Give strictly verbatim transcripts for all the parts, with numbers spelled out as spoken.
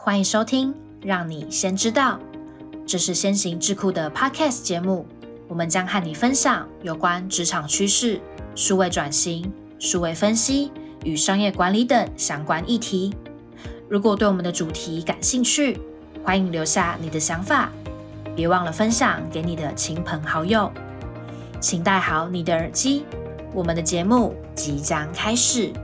欢迎收听，让你先知道。这是先行智库的 Podcast 节目，我们将和你分享有关职场趋势、数位转型、数位分析与商业管理等相关议题。如果对我们的主题感兴趣，欢迎留下你的想法，别忘了分享给你的亲朋好友。请戴好你的耳机，我们的节目即将开始。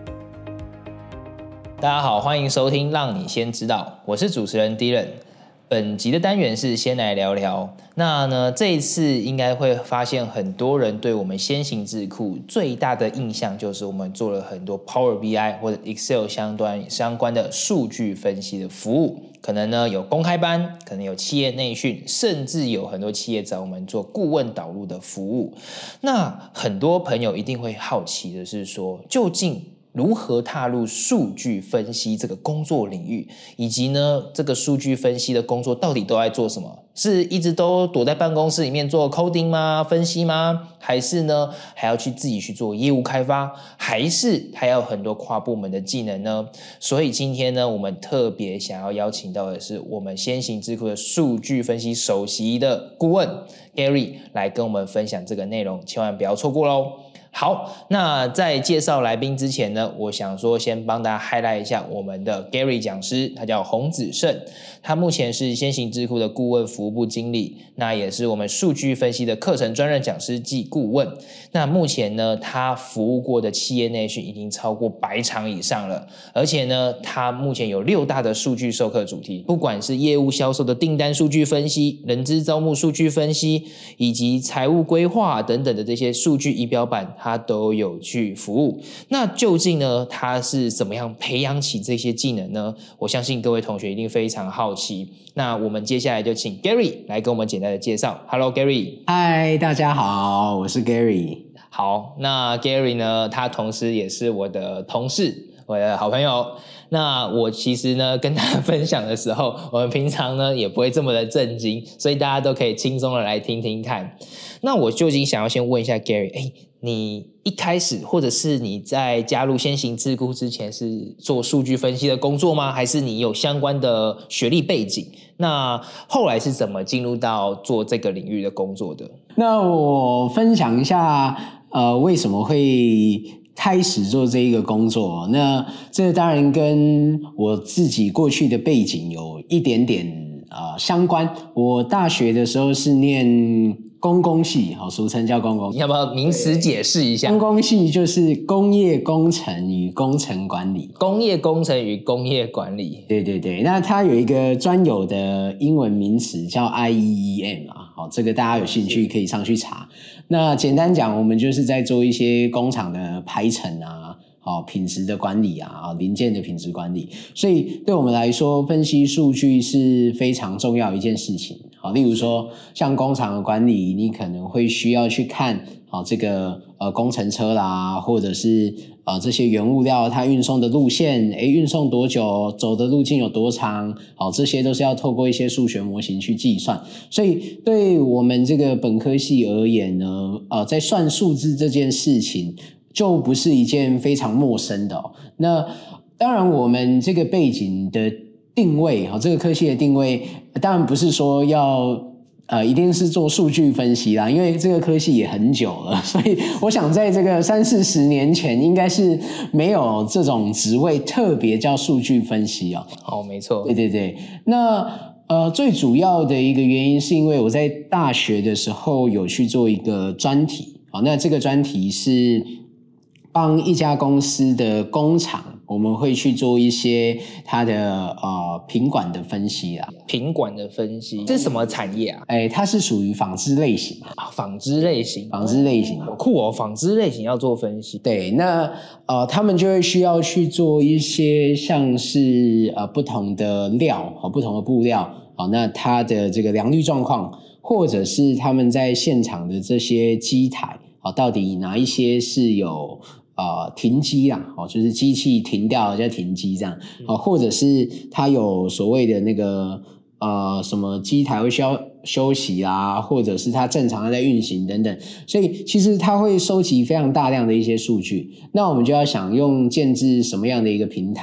大家好，欢迎收听让你先知道，我是主持人 Dylan。 本集的单元是先来聊聊，那呢这一次应该会发现很多人对我们先行智库最大的印象就是我们做了很多 Power B I 或者 Excel 相关相关的数据分析的服务，可能呢有公开班，可能有企业内训，甚至有很多企业找我们做顾问导入的服务。那很多朋友一定会好奇的是说，究竟如何踏入数据分析这个工作领域，以及呢这个数据分析的工作到底都在做什么？是一直都躲在办公室里面做 coding 吗？分析吗？还是呢还要去自己去做业务开发？还是还要很多跨部门的技能呢？所以今天呢我们特别想要邀请到的是我们先行智库的数据分析首席的顾问 Gary 来跟我们分享这个内容，千万不要错过咯。好，那在介绍来宾之前呢，我想说先帮大家 highlight 一下我们的 Gary 讲师，他叫洪子胜，他目前是先行智库的顾问服务部经理，那也是我们数据分析的课程专任讲师暨顾问。那目前呢，他服务过的企业内训已经超过百场以上了，而且呢，他目前有六大的数据授课主题，不管是业务销售的订单数据分析、人资招募数据分析，以及财务规划等等的这些数据仪表板，他都有去服务。那究竟呢他是怎么样培养起这些技能呢？我相信各位同学一定非常好奇。那我们接下来就请 Gary 来跟我们简单的介绍。 Hello Gary。 嗨，大家好，我是 Gary。 好，那 Gary 呢他同时也是我的同事，我的好朋友。那我其实呢跟他分享的时候，我们平常呢也不会这么的震惊，所以大家都可以轻松的来听听看。那我究竟想要先问一下 Gary， 诶你一开始或者是你在加入先行智库之前是做数据分析的工作吗？还是你有相关的学历背景？那后来是怎么进入到做这个领域的工作的？ 那我分享一下呃为什么会开始做这一个工作。那这当然跟我自己过去的背景有一点点呃相关。我大学的时候是念工工系，好，俗称叫工工。 你要不要名词解释一下？ 工工系就是工业工程与工程管理。 工业工程与工业管理， 对对对。那它有一个专有的英文名词叫 I E E M 啊，好，这个大家有兴趣可以上去查。那简单讲，我们就是在做一些工厂的排程啊，好，品质的管理啊，零件的品质管理。所以对我们来说，分析数据是非常重要的一件事情。好，例如说像工厂的管理，你可能会需要去看好这个呃工程车啦，或者是呃这些原物料它运送的路线，诶运送多久，走的路径有多长，好，这些都是要透过一些数学模型去计算。所以对我们这个本科系而言呢，呃在算数字这件事情就不是一件非常陌生的哦。那当然我们这个背景的定位，这个科系的定位当然不是说要呃一定是做数据分析啦，因为这个科系也很久了，所以我想在这个三四十年前应该是没有这种职位特别叫数据分析哦。 好，没错。 对对对。那呃最主要的一个原因是因为我在大学的时候有去做一个专题，好，那这个专题是帮一家公司的工厂，我们会去做一些它的呃品管的分析啦。 品管的分析，这是什么产业啊？ 哎，它是属于纺织类型啊，纺织类型， 纺织类型， 好酷哦！纺织类型要做分析， 对，那呃，他们就会需要去做一些像是呃不同的料和不同的布料，好，那它的这个良率状况，或者是他们在现场的这些机台，好，到底哪一些是有呃停机啦，哦，就是机器停掉了叫停机这样，哦，或者是它有所谓的那个呃什么机台会需要休息啊，或者是它正常的在运行等等，所以其实它会收集非常大量的一些数据。那我们就要想用建置什么样的一个平台，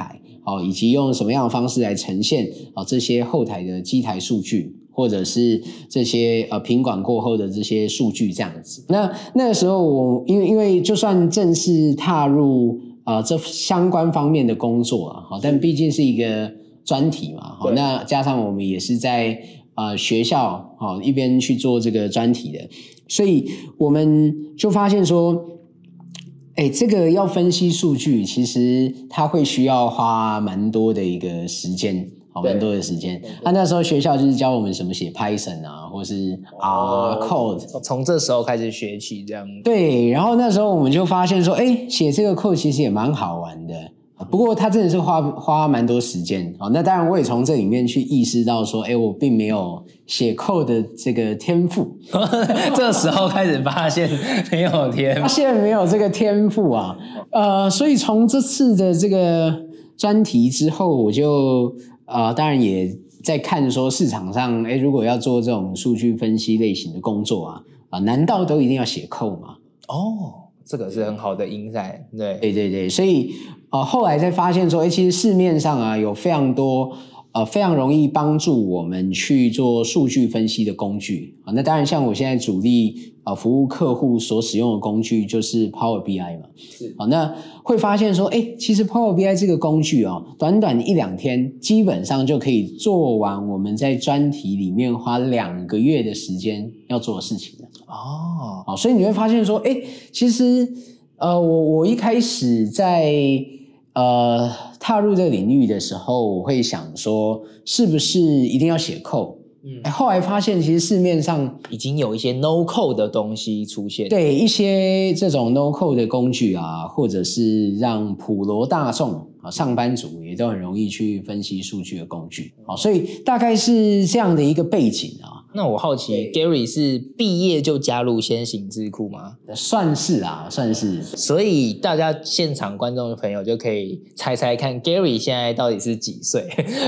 哦，以及用什么样的方式来呈现哦这些后台的机台数据，或者是这些呃品管过后的这些数据这样子。那那个时候我因为因为就算正式踏入呃这相关方面的工作啊，好，但毕竟是一个专题嘛，好，那加上我们也是在呃学校好一边去做这个专题的，所以我们就发现说，哎，这个要分析数据，其实它会需要花蛮多的一个时间。好，蛮多的时间。那、啊、那时候学校就是教我们什么写 Python 啊，或是 R、哦、code， 从这时候开始学起这样。 对，然后那时候我们就发现说，哎，写这个 code 其实也蛮好玩的。不过它真的是花花蛮多时间。好，那当然我也从这里面去意识到说，哎，我并没有写 code 的这个天赋。 这时候开始发现没有天赋， 发现没有这个天赋啊。呃，所以从这次的这个专题之后，我就。呃，当然也在看说市场上，哎，如果要做这种数据分析类型的工作啊，啊、呃，难道都一定要写 code 吗？ 哦，这个是很好的insight，对， 对对对，所以呃，后来才发现说，哎，其实市面上啊有非常多呃非常容易帮助我们去做数据分析的工具啊。那当然，像我现在主力呃服务客户所使用的工具就是 Power B I 嘛，是好，那会发现说，哎，其实 Power B I 这个工具哦，短短一两天，基本上就可以做完我们在专题里面花两个月的时间要做的事情了。哦，好，所以你会发现说，哎，其实呃，我我一开始在呃踏入这个领域的时候，我会想说，是不是一定要写 code？嗯，后来发现其实市面上已经有一些 no code 的东西出现， 对一些这种 no code 的工具啊，或者是让普罗大众啊上班族也都很容易去分析数据的工具，好，所以大概是这样的一个背景啊。 那我好奇 ，Gary 是毕业就加入先行智库吗？ 算是啊，算是。 所以大家现场观众的朋友就可以猜猜看 ，Gary 现在到底是几岁？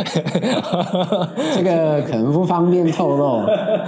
这个可能不方便透露。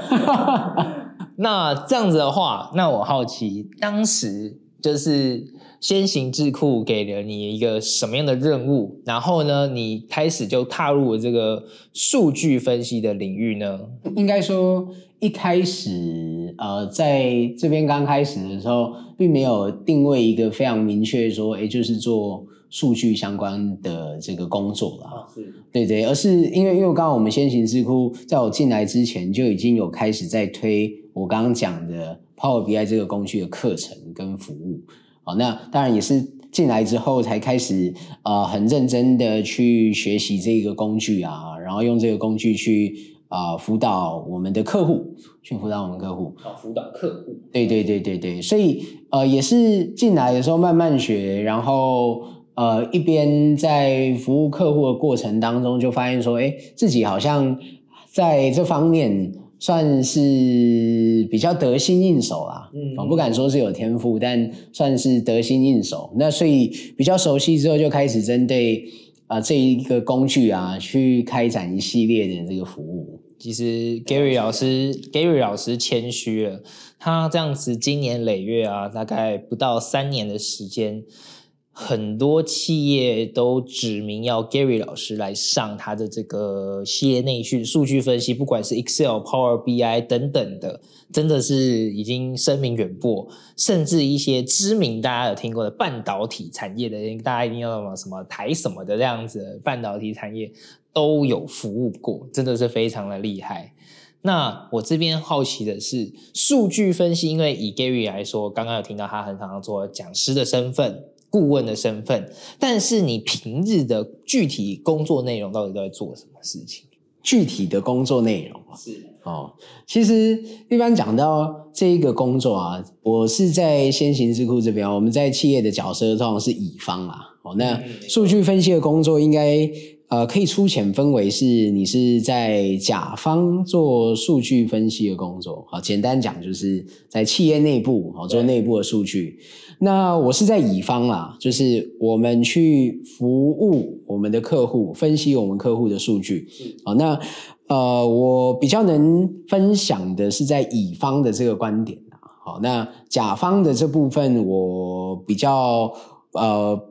那这样子的话，那我好奇，当时就是先行智库给了你一个什么样的任务？然后呢，你开始就踏入了这个数据分析的领域呢？ 应该说，一开始呃，在这边刚开始的时候，并没有定位一个非常明确说，哎，就是做数据相关的这个工作啦。啊，是，对对，而是因为因为刚刚我们先行智库在我进来之前就已经有开始在推我刚刚讲的 Power B I 这个工具的课程跟服务。好，那当然也是进来之后才开始呃很认真的去学习这个工具啊，然后用这个工具去啊、呃、辅导我们的客户，去辅导我们客户。 好，辅导客户。 对对对对对，所以呃也是进来的时候慢慢学，然后呃一边在服务客户的过程当中，就发现说，哎，自己好像在这方面算是比较得心应手啦，嗯，我不敢说是有天赋，但算是得心应手。那所以比较熟悉之后，就开始针对啊、呃、这一个工具啊，去开展一系列的这个服务。 其实 Gary 老师 Gary 老师谦虚了，他这样子经年累月啊，大概不到三年的时间。很多企业都指明要 Gary 老师来上他的这个企业内训数据分析，不管是 Excel、Power B I 等等的，真的是已经声名远播，甚至一些知名大家有听过的半导体产业的，大家一定要什么什么台什么的这样子的半导体产业都有服务过，真的是非常的厉害。那我这边好奇的是数据分析，因为以 Gary 来说，刚刚有听到他很常做讲师的身份、顾问的身份，但是你平日的具体工作内容到底都在做什么事情？ 具体的工作内容是哦，其实一般讲到这一个工作啊，我是在先行智库这边，我们在企业的角色通常是乙方啦。哦，那数据分析的工作应该呃可以粗浅分为是你是在甲方做数据分析的工作，好，简单讲就是在企业内部好做内部的数据。那我是在乙方啦，就是我们去服务我们的客户，分析我们客户的数据。好，那呃，我比较能分享的是在乙方的这个观点啦。好，那甲方的这部分我比较呃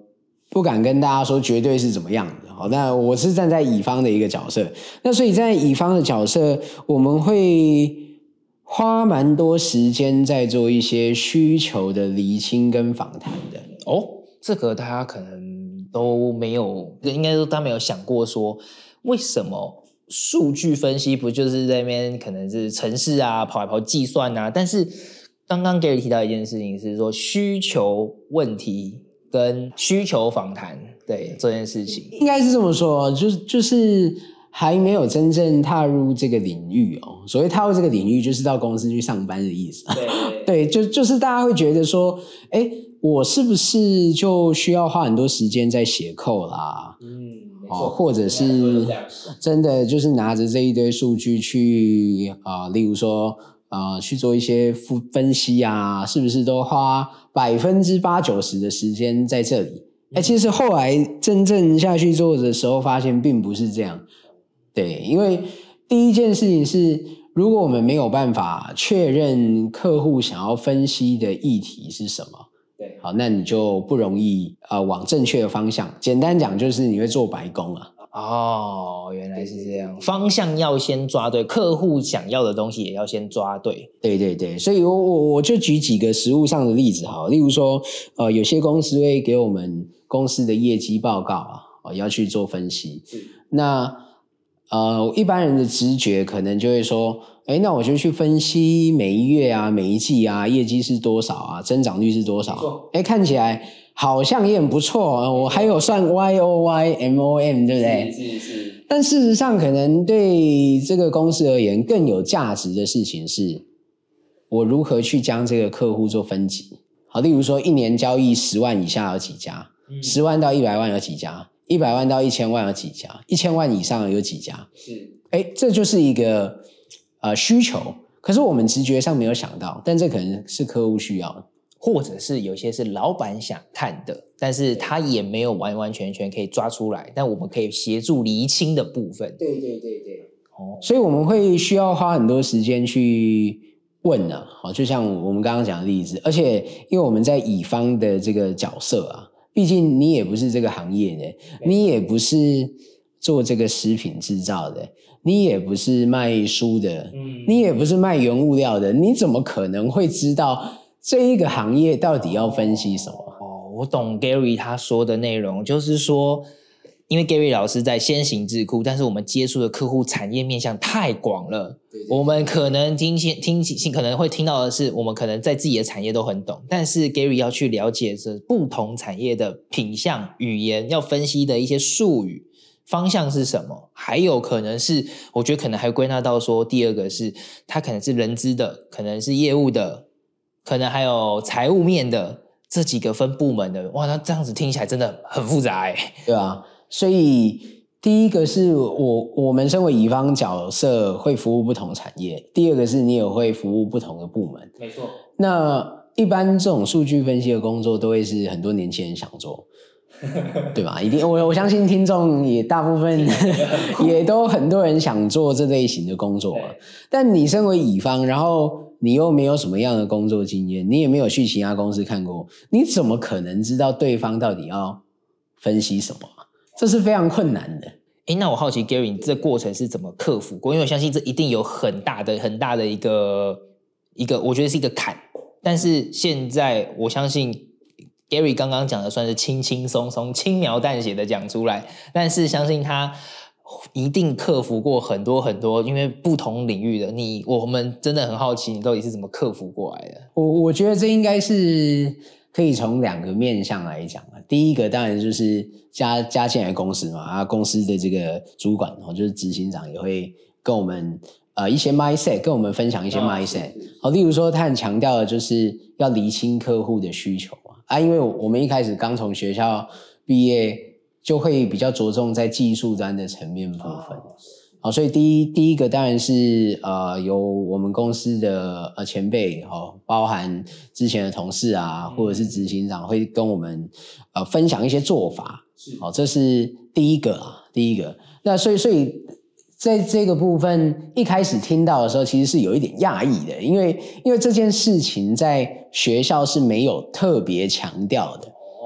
不敢跟大家说绝对是怎么样的。好，那我是站在乙方的一个角色，那所以在乙方的角色，我们会花蛮多时间在做一些需求的厘清跟访谈的。 哦，这个大家可能都没有，应该说他没有想过说，为什么数据分析不就是在那边可能是程式啊，跑来跑计算啊，但是刚刚 Gary 提到一件事情是说需求问题跟需求访谈，对这件事情， 应该是这么说，就是就是还没有真正踏入这个领域哦。所谓踏入这个领域，就是到公司去上班的意思。 对对，就就是大家会觉得说，哎，我是不是就需要花很多时间在写扣啦？ 嗯， 哦，或者是真的就是拿着这一堆数据去啊、呃，例如说啊、呃，去做一些分析啊，是不是都花百分之八九十的时间在这里？哎，其实后来真正下去做的时候，发现并不是这样。对，因为第一件事情是，如果我们没有办法确认客户想要分析的议题是什么， 对， 好，那你就不容易呃往正确的方向。简单讲就是你会做白工啊。 哦，原来是这样，方向要先抓对，客户想要的东西也要先抓对。 对对对，所以我我我就举几个实务上的例子好，例如说，呃，有些公司会给我们公司的业绩报告啊，哦，要去做分析。那呃，一般人的直觉可能就会说，哎，那我就去分析每一月啊、每一季啊，业绩是多少啊，增长率是多少？哎，看起来好像也很不错，我还有算 Y O Y、M O M， 对不对？ 是是是。 但事实上，可能对这个公司而言，更有价值的事情是，我如何去将这个客户做分级。好，例如说，一年交易十万以下有几家？十、嗯、万到一百万有几家？一百万到一千万有几家？一千万以上有几家？是，哎，这就是一个呃需求，可是我们直觉上没有想到，但这可能是客户需要的。 或者是有些是老板想看的，但是他也没有完完全全可以抓出来，但我们可以协助厘清的部分。 对对对对，哦，所以我们会需要花很多时间去问啊，好，就像我们刚刚讲的例子，而且因为我们在乙方的这个角色啊，毕竟你也不是这个行业的，你也不是做这个食品制造的，你也不是卖书的，嗯，你也不是卖原物料的，你怎么可能会知道这一个行业到底要分析什么？ 哦，我懂 Gary 他说的内容，就是说，因为 Gary 老师在先行智库，但是我们接触的客户产业面向太广了，对对对，我们可能听听听可能会听到的是，我们可能在自己的产业都很懂，但是 Gary 要去了解这不同产业的品项、语言，要分析的一些术语。方向是什么？还有可能是，我觉得可能还归纳到说，第二个是他可能是人资的，可能是业务的。可能还有财务面的这几个分部门的，哇，那这样子听起来真的很复杂哎， 对啊，所以第一个是我我们身为乙方角色会服务不同产业，第二个是你也会服务不同的部门， 没错。 那一般这种数据分析的工作都会是很多年轻人想做，对吧？一定，我我相信听众也大部分也都很多人想做这类型的工作嘛。但你身为乙方，然后你又没有什么样的工作经验，你也没有去其他公司看过，你怎么可能知道对方到底要分析什么？这是非常困难的。 诶，那我好奇 Gary 你这过程是怎么克服过？因为我相信这一定有很大的很大的一个一个我觉得是一个坎，但是现在我相信Gary 刚刚讲的算是轻轻松松轻描淡写的讲出来，但是相信他一定克服过很多很多，因为不同领域的你，我们真的很好奇你到底是怎么克服过来的。 我我觉得这应该是可以从两个面向来讲啊。第一个当然就是加加进来公司嘛，啊，公司的这个主管哦，就是执行长也会跟我们呃一些 mindset 跟我们分享一些 mindset。好，例如说他很强调的就是要厘清客户的需求啊，啊，因为我们一开始刚从学校毕业，就会比较着重在技术端的层面部分。好，所以第一第一个当然是呃由我们公司的呃前辈哦，包含之前的同事啊，或者是执行长会跟我们呃分享一些做法。好，这是第一个啊，第一个。那所以所以在这个部分一开始听到的时候，其实是有一点讶异的，因为因为这件事情在学校是没有特别强调的。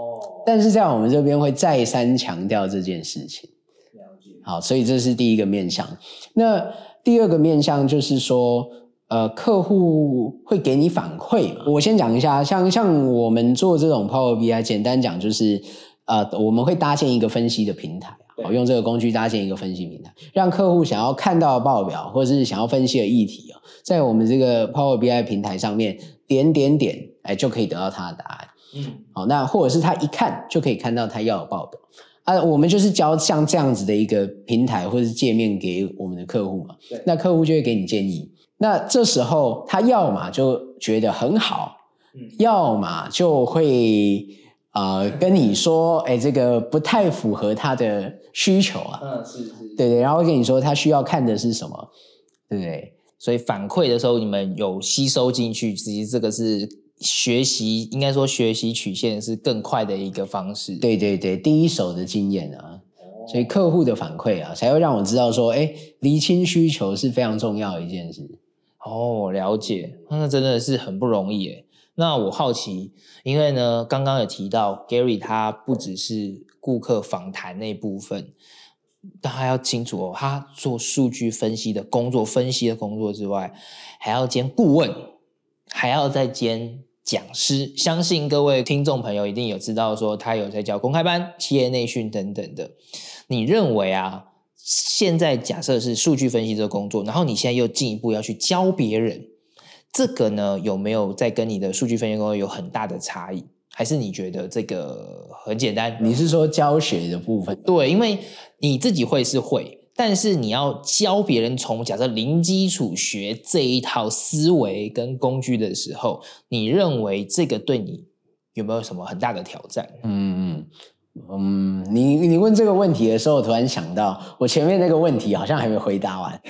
但是在我们这边会再三强调这件事情。 了解。 好，所以这是第一个面向。那第二个面向就是说，呃，客户会给你反馈嘛。我先讲一下，像像我们做这种 Power B I， 简单讲就是，呃，我们会搭建一个分析的平台，好，用这个工具搭建一个分析平台，让客户想要看到的报表或者是想要分析的议题哦，在我们这个 Power B I 平台上面点点点，哎，就可以得到他的答案。嗯，好，那或者是他一看就可以看到他要的报表。啊，我们就是教像这样子的一个平台或者是界面给我们的客户嘛，对，那客户就会给你建议。那这时候他要嘛就觉得很好，嗯，要嘛就会呃跟你说，哎，这个不太符合他的需求啊， 嗯，是是， 对对，然后会跟你说他需要看的是什么，对不对？ 所以反馈的时候，你们有吸收进去，其实这个是学习，应该说学习曲线是更快的一个方式。 对对对，第一手的经验啊，所以客户的反馈啊，才会让我知道说，哎，厘清需求是非常重要的一件事。 哦，了解，那真的是很不容易耶。那我好奇，因为呢，刚刚有提到 Gary 他不只是顾客访谈那部分，但他要清楚哦，他做数据分析的工作、分析的工作之外，还要兼顾问，还要再兼讲师。相信各位听众朋友一定有知道说，他有在教公开班、企业内训等等的。你认为啊？现在假设是数据分析这个工作，然后你现在又进一步要去教别人，这个呢有没有在跟你的数据分析工作有很大的差异？还是你觉得这个很简单？ 你是说教学的部分？ 对，因为你自己会是会，但是你要教别人从假设零基础学这一套思维跟工具的时候，你认为这个对你有没有什么很大的挑战？嗯嗯。嗯，你你问这个问题的时候，我突然想到，我前面那个问题好像还没回答完。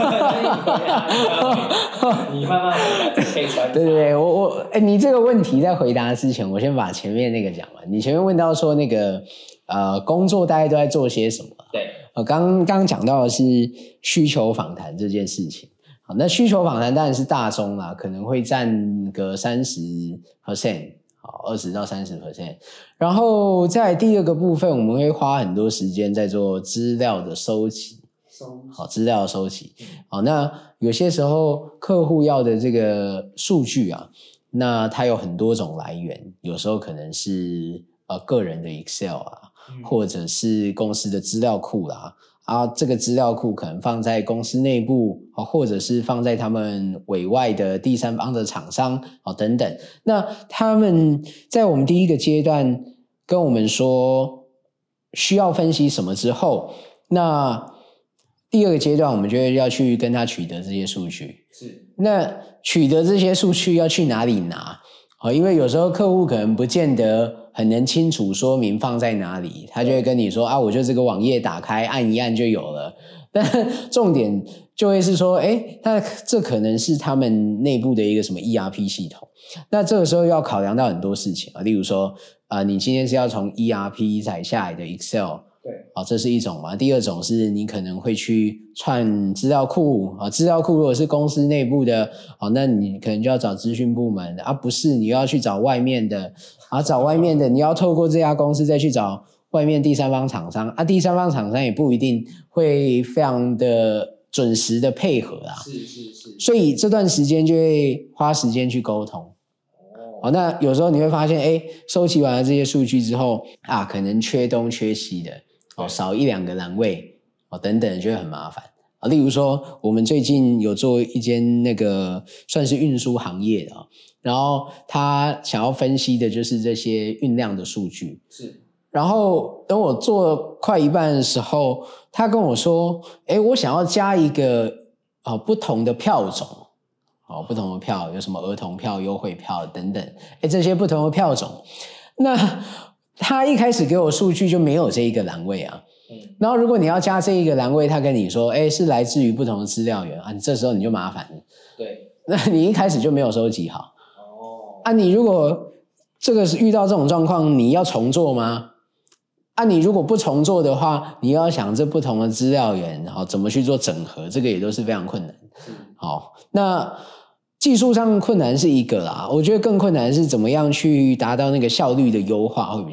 你慢慢回答，可以穿插。 对对对，我我哎，你这个问题在回答之前，我先把前面那个讲完。你前面问到说那个呃，工作大概都在做些什么？ 对， 我刚刚讲到的是需求访谈这件事情。好，那需求访谈当然是大宗啦，可能会占个三十 percent。好，二十到三十 percent， 然后在第二个部分，我们会花很多时间在做资料的收集，好，资料的收集，好，那有些时候客户要的这个数据啊，那它有很多种来源，有时候可能是呃个人的 Excel 啊，或者是公司的资料库啦。啊，这个资料库可能放在公司内部，或者是放在他们委外的第三方的厂商等等。那他们在我们第一个阶段跟我们说需要分析什么之后，那第二个阶段我们就要去跟他取得这些数据。是，那取得这些数据要去哪里拿？因为有时候客户可能不见得很能清楚说明放在哪里，他就会跟你说啊，我就这个网页打开按一按就有了。但重点就会是说，诶，那这可能是他们内部的一个什么 E R P 系统。那这个时候要考量到很多事情啊，例如说啊、呃，你今天是要从 E R P 载下来的 Excel。对，好，这是一种嘛。第二种是你可能会去串资料库啊，资料库如果是公司内部的，好，那你可能就要找资讯部门啊，不是你要去找外面的啊，找外面的你要透过这家公司再去找外面第三方厂商啊，第三方厂商也不一定会非常的准时的配合啊，是是是，所以这段时间就会花时间去沟通。好，那有时候你会发现，哎，收集完了这些数据之后啊，可能缺东缺西的。哦，少一两个栏位哦，等等就会很麻烦啊。例如说，我们最近有做一间那个算是运输行业的啊，然后他想要分析的就是这些运量的数据。是，然后等我做快一半的时候，他跟我说：“哎，我想要加一个哦不同的票种，哦不同的票，有什么儿童票、优惠票等等，哎这些不同的票种，那。”他一开始给我数据就没有这一个栏位啊，嗯，然后如果你要加这一个栏位，他跟你说，哎，是来自于不同的资料源啊，你这时候你就麻烦了，对，那你一开始就没有收集好，哦，啊，你如果这个是遇到这种状况，你要重做吗？啊，你如果不重做的话，你要想这不同的资料源，然后怎么去做整合，这个也都是非常困难，好，那。技术上困难是一个啦，我觉得更困难的是怎么样去达到那个效率的优化会比较好。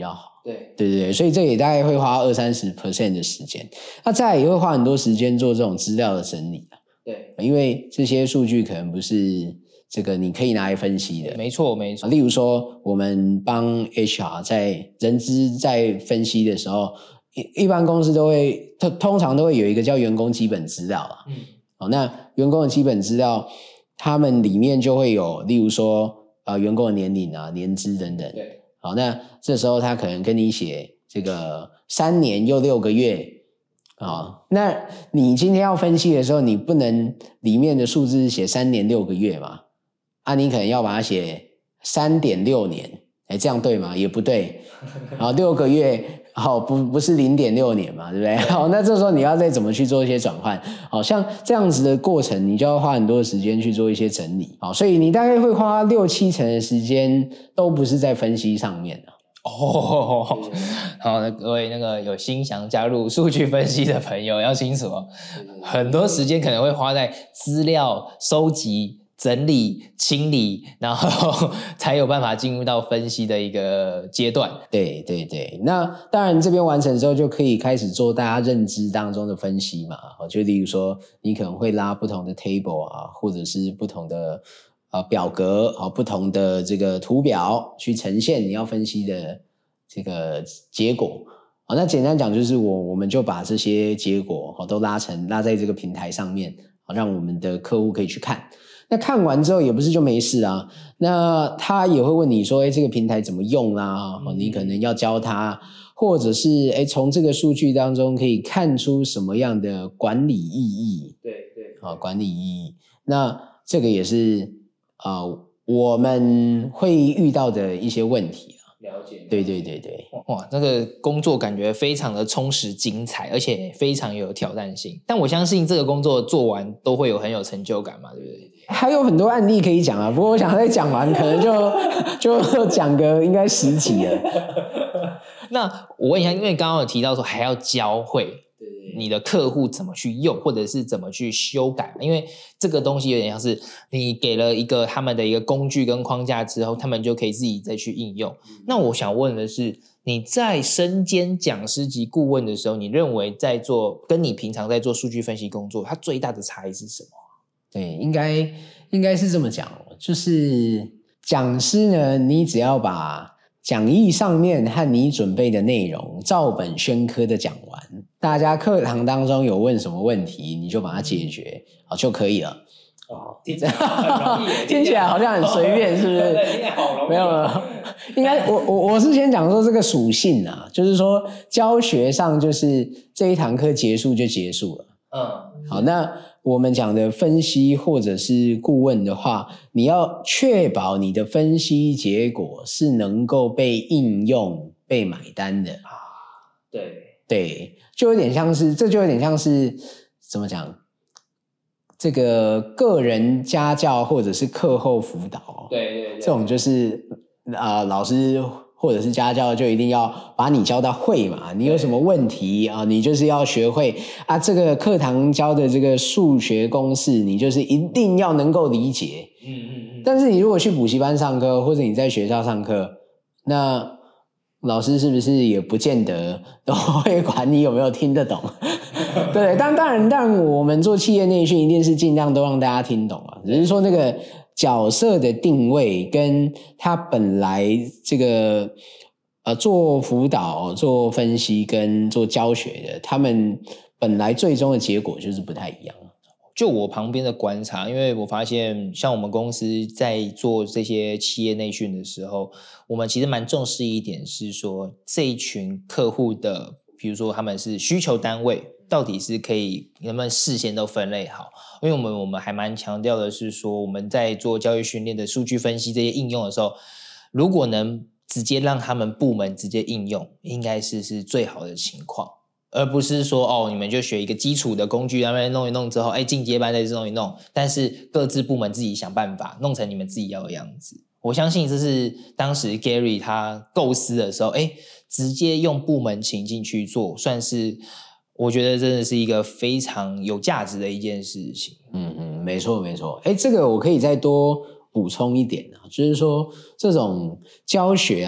对对对对，所以这也大概会花二三十 percent 的时间。那再来也会花很多时间做这种资料的整理。 对， 因为这些数据可能不是这个你可以拿来分析的。 没错没错。 例如说，我们帮 H R 在人资在分析的时候，一一般公司都会通常都会有一个叫员工基本资料啦。嗯，好，那员工的基本资料，他们里面就会有，例如说呃员工的年龄啊、年资等等。 对。 好，那这时候他可能跟你写这个三年又六个月，好，那你今天要分析的时候，你不能里面的数字写三年六个月嘛？啊，你可能要把它写三点六年，哎，这样对吗？也不对，好，六个月，好，不不是零点六年嘛，对不对？好，那这时候你要再怎么去做一些转换？好像这样子的过程，你就要花很多的时间去做一些整理。好，所以你大概会花六七成的时间都不是在分析上面的。 哦，好的，各位那个有心想加入数据分析的朋友要清楚哦，很多时间可能会花在资料收集、整理、清理，然后才有办法进入到分析的一个阶段。 对对对，那当然这边完成之后就可以开始做大家认知当中的分析嘛。就例如说，你可能会拉不同的 table 啊，或者是不同的呃表格，好，不同的这个图表去呈现你要分析的这个结果。好，那简单讲就是我我们就把这些结果好都拉成拉在这个平台上面，好，让我们的客户可以去看。那看完之后也不是就没事啊，那他也会问你说，哎，这个平台怎么用啦？嗯、你可能要教他，或者是哎从这个数据当中可以看出什么样的管理意义？ 对对， 啊，管理意义。那这个也是啊、呃，我们会遇到的一些问题啊。 了解。 对对对对。 哇，这个工作感觉非常的充实精彩，而且非常有挑战性。但我相信这个工作做完都会有很有成就感嘛，对不对？ 还有很多案例可以讲啊，不过我想再讲完，可能就就讲个应该十集了。 那我问一下，因为刚刚有提到说还要教会你的客户怎么去用，或者是怎么去修改，因为这个东西有点像是你给了一个他们的一个工具跟框架之后，他们就可以自己再去应用。嗯、那我想问的是，你在身兼讲师级顾问的时候，你认为在做跟你平常在做数据分析工作，它最大的差异是什么？ 对，应该应该是这么讲，就是讲师呢，你只要把讲义上面和你准备的内容照本宣科的讲完，大家课堂当中有问什么问题，你就把它解决好就可以了。 哦，听起来很容易， 听起来好像很随便，是不是？ 对，听起来好容易。 没有了，应该我我我是先讲说这个属性啊，就是说教学上就是这一堂课结束就结束了。嗯，好，那我们讲的分析或者是顾问的话，你要确保你的分析结果是能够被应用、被买单的啊。 对对，就有点像是，这就有点像是怎么讲？这个个人家教或者是课后辅导， 对对对， 这种就是啊、呃，老师或者是家教就一定要把你教到会嘛。你有什么问题啊、呃，你就是要学会啊。这个课堂教的这个数学公式，你就是一定要能够理解。嗯嗯嗯。但是你如果去补习班上课，或者你在学校上课，那老师是不是也不见得都会管你有没有听得懂？对，但当然，当然我们做企业内训一定是尽量都让大家听懂啊。只是说那个角色的定位跟他本来这个呃做辅导、做分析跟做教学的，他们本来最终的结果就是不太一样。 就我旁边的观察，因为我发现像我们公司在做这些企业内训的时候，我们其实蛮重视一点是说这一群客户的，比如说他们是需求单位，到底是可以能不能事先都分类好。因为我们我们还蛮强调的是说，我们在做教育训练的数据分析这些应用的时候，如果能直接让他们部门直接应用，应该是是最好的情况。而不是说哦，你们就学一个基础的工具，然后弄一弄之后，哎，进阶班再弄一弄，但是各自部门自己想办法弄成你们自己要的样子。我相信这是当时 Gary 他构思的时候，哎，直接用部门情境去做，算是我觉得真的是一个非常有价值的一件事情。 嗯嗯，没错没错。哎，这个我可以再多补充一点啊，就是说这种教学啊，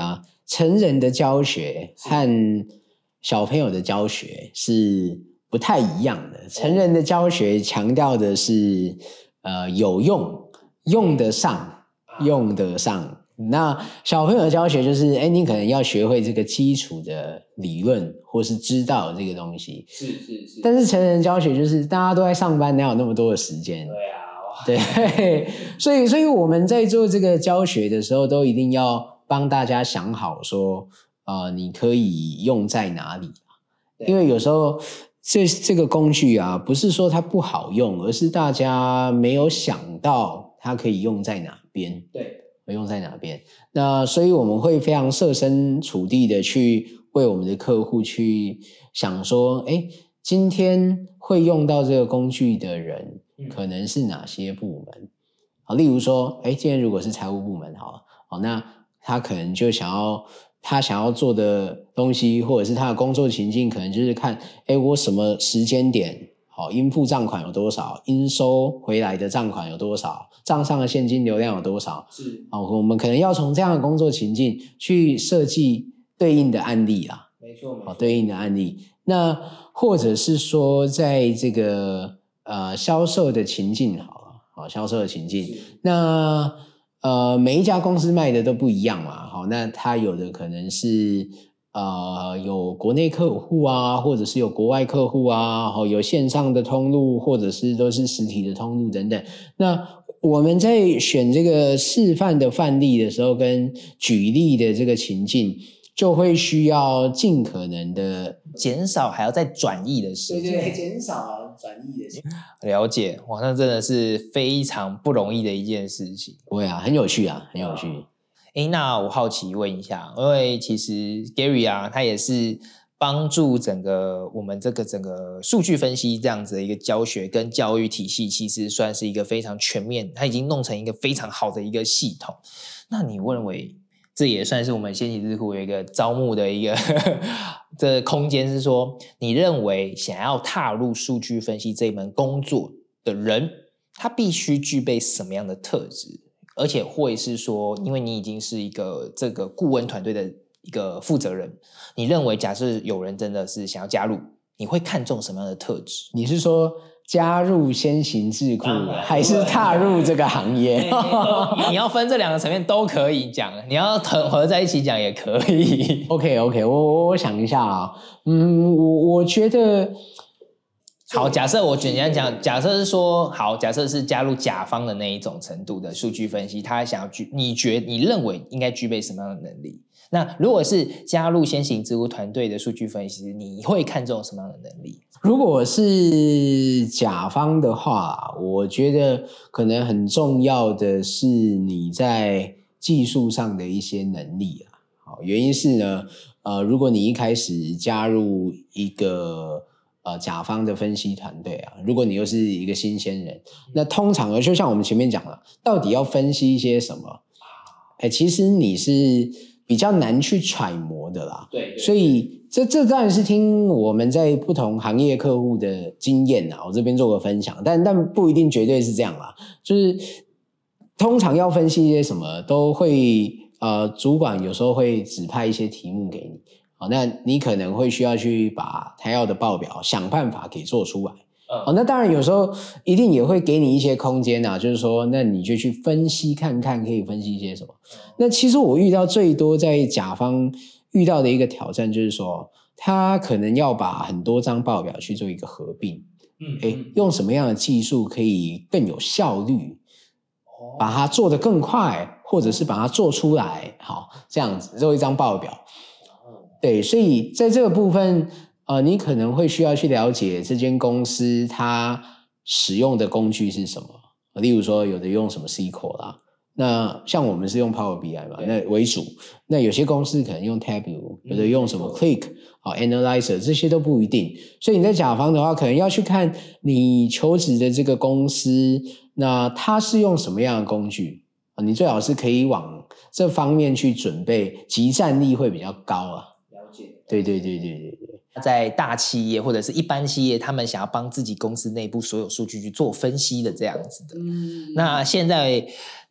成人的教学和小朋友的教学是不太一样的。成人的教学强调的是呃有用，用得上，用得上。那小朋友的教学就是，哎，你可能要学会这个基础的理论，或是知道这个东西。 是是是。 但是成人教学就是大家都在上班，哪有那么多的时间？对啊，对，所以所以我们在做这个教学的时候，都一定要帮大家想好说，呃，你可以用在哪里？因为有时候这这个工具啊，不是说它不好用，而是大家没有想到它可以用在哪边。 对。 用在哪边？那所以我们会非常设身处地的去为我们的客户去想说，哎，今天会用到这个工具的人，可能是哪些部门？好，例如说，哎，今天如果是财务部门，好了，好，那他可能就想要他想要做的东西，或者是他的工作情境，可能就是看，哎，我什么时间点？好，应付账款有多少？应收回来的账款有多少？账上的现金流量有多少？ 是， 好，我们可能要从这样的工作情境去设计对应的案例啦。 没错，没错， 对应的案例。那或者是说，在这个呃销售的情境，好了，好，销售的情境，那呃每一家公司卖的都不一样嘛。好，那它有的可能是。呃，有国内客户啊，或者是有国外客户啊，好，有线上的通路，或者是都是实体的通路等等。那我们在选这个示范的范例的时候，跟举例的这个情境，就会需要尽可能的减少还要再转译的时间。 对对，减少转译的时间。 了解，哇，那真的是非常不容易的一件事情。 对啊，很有趣啊，很有趣。 诶，那我好奇问一下，因为其实 Gary 啊，他也是帮助整个我们这个整个数据分析这样子的一个教学跟教育体系，其实算是一个非常全面，他已经弄成一个非常好的一个系统。那你认为这也算是我们先行智库有一个招募的一个这空间，是说你认为想要踏入数据分析这一门工作的人，他必须具备什么样的特质？而且会是说，因为你已经是一个这个顾问团队的一个负责人，你认为假设有人真的是想要加入，你会看重什么样的特质？ 你是说加入先行智库，还是踏入这个行业？ 你要分这两个层面都可以讲，你要合在一起讲也可以。 OK OK， 我我想一下啊，嗯，我我觉得。 好，假设我简单讲，假设是说，好，假设是加入甲方的那一种程度的数据分析，他想要具，你觉你认为应该具备什么样的能力？那如果是加入先行智库团队的数据分析，你会看重什么样的能力？ 如果是甲方的话，我觉得可能很重要的是你在技术上的一些能力啊。好，原因是呢，呃，如果你一开始加入一个呃，甲方的分析团队啊，如果你又是一个新鲜人，那通常就像我们前面讲了，到底要分析一些什么？哎，其实你是比较难去揣摩的啦。 对，对， 所以这这当然是听我们在不同行业客户的经验啊，我这边做个分享，但但不一定绝对是这样啦。就是通常要分析一些什么，都会呃，主管有时候会指派一些题目给你。好，那你可能会需要去把他要的报表想办法给做出来。好，那当然有时候一定也会给你一些空间啊，就是说，那你就去分析看看，可以分析一些什么。那其实我遇到最多在甲方遇到的一个挑战，就是说，他可能要把很多张报表去做一个合并。嗯，诶，用什么样的技术可以更有效率，把它做得更快，或者是把它做出来，好，这样子做一张报表。对，所以在这个部分，呃，你可能会需要去了解这间公司它使用的工具是什么。例如说，有的用什么 S Q L 啦，那像我们是用 Power B I 嘛，那为主。那有些公司可能用 Tableau， 有的用什么 Click 啊 Analyzer， 这些都不一定。所以你在甲方的话，可能要去看你求职的这个公司，那它是用什么样的工具啊？你最好是可以往这方面去准备，即战力会比较高啊。对对对对对对， 在大企业或者是一般企业，他们想要帮自己公司内部所有数据去做分析的这样子的。嗯，那现在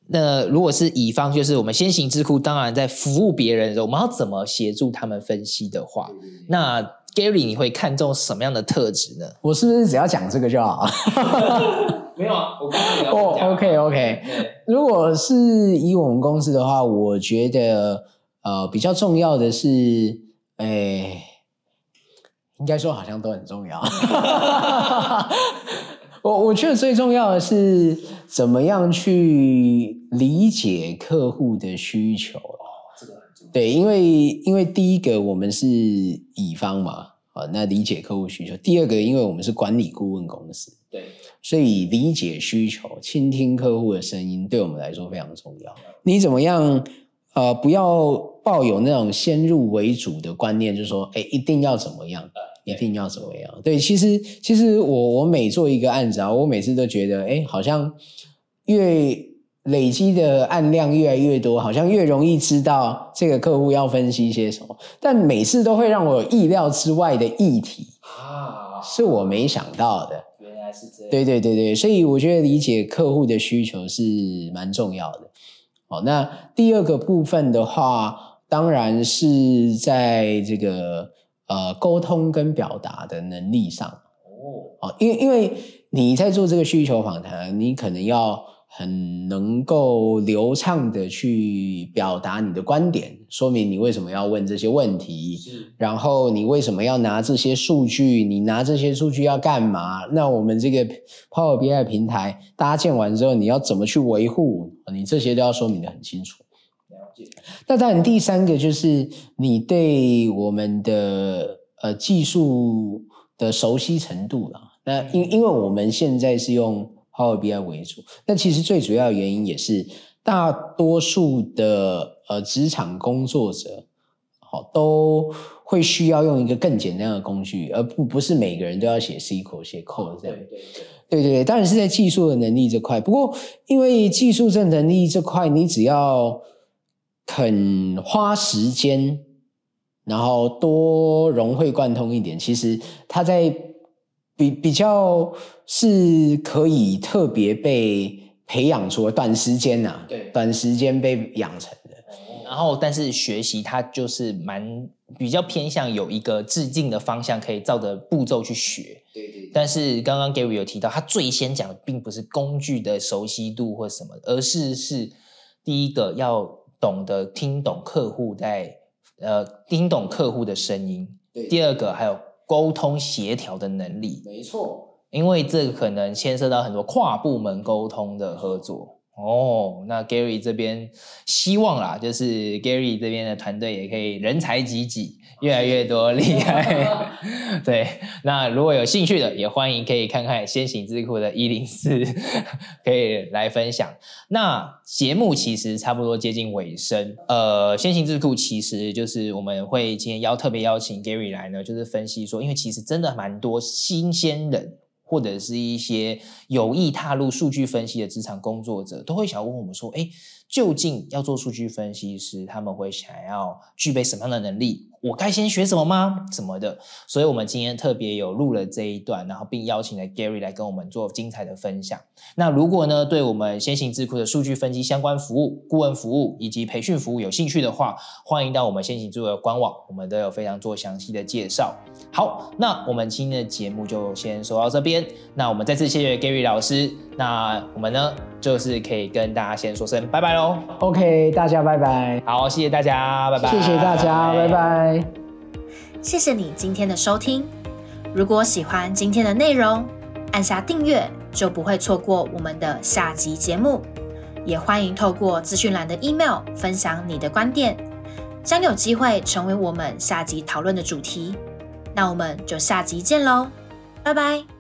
那如果是乙方，就是我们先行智库，当然在服务别人的时候，我们要怎么协助他们分析的话，嗯、那 Gary 你会看重什么样的特质呢？ 我是不是只要讲这个就好？ 没有啊，我刚刚聊哦、oh, OK OK。如果是以我们公司的话，我觉得呃比较重要的是，诶，应该说好像都很重要。我我觉得最重要的是怎么样去理解客户的需求。哦，这个很重要。对，因为因为第一个我们是乙方嘛，啊，那理解客户需求。第二个，因为我们是管理顾问公司，对，所以理解需求、倾听客户的声音，对我们来说非常重要。你怎么样？呃，不要抱有那种先入为主的观念，就是说，哎，一定要怎么样。一定要怎么样？对，其实其实我我每做一个案子啊，我每次都觉得，哎，好像越累积的案量越来越多，好像越容易知道这个客户要分析些什么，但每次都会让我有意料之外的议题啊，是我没想到的。 原来是这样。 对对对对，所以我觉得理解客户的需求是蛮重要的。好，那第二个部分的话，当然是在这个。呃，沟通跟表达的能力上，哦，因为因为你在做这个需求访谈，你可能要很能够流畅的去表达你的观点，说明你为什么要问这些问题，然后你为什么要拿这些数据，你拿这些数据要干嘛？那我们这个 Power B I 平台搭建完之后，你要怎么去维护？你这些都要说明得很清楚。那当然，第三个就是你对我们的呃技术的熟悉程度啦。那因因为我们现在是用 Power B I 为主，那其实最主要的原因也是大多数的呃职场工作者，好都会需要用一个更简单的工具，而不不是每个人都要写 S Q L 写 code 这样。对对对。对对对，当然是在技术的能力这块。不过因为技术这能力这块，你只要肯花时间，然后多融会贯通一点，其实它在比比较是可以特别被培养出短时间啊，对，短时间被养成的。 然后，但是学习它就是蛮比较偏向有一个制定的方向，可以照着步骤去学。对对。但是刚刚 Gary 有提到，他最先讲的并不是工具的熟悉度或什么，而是是第一个要懂得听懂客户在呃听懂客户的声音，对。第二个还有沟通协调的能力， 没错， 因为这个可能牵涉到很多跨部门沟通的合作。哦，那 Gary 这边希望啦，就是 Gary 这边的团队也可以人才济济，越来越多厉害。对，那如果有兴趣的，也欢迎可以看看先行智库的一零四，可以来分享。那节目其实差不多接近尾声，呃，先行智库其实就是我们会今天邀特别邀请 Gary 来呢，就是分析说，因为其实真的蛮多新鲜人，或者是一些有意踏入数据分析的职场工作者，都会想问我们说，诶，究竟要做数据分析师，他们会想要具备什么样的能力？我该先学什么吗？什么的。所以我们今天特别有录了这一段，然后并邀请了 Gary 来跟我们做精彩的分享。那如果呢，对我们先行智库的数据分析相关服务、顾问服务以及培训服务有兴趣的话，欢迎到我们先行智库的官网，我们都有非常做详细的介绍。好，那我们今天的节目就先说到这边。那我们再次谢谢 Gary 老师。那我们呢，就是可以跟大家先说声拜拜咯。 OK， 大家拜拜。 好，谢谢大家，拜拜。 谢谢大家，拜拜。 谢谢你今天的收听。如果喜欢今天的内容，按下订阅就不会错过我们的下集节目。也欢迎透过资讯栏的 email 分享你的观点，将有机会成为我们下集讨论的主题。那我们就下集见咯，拜拜。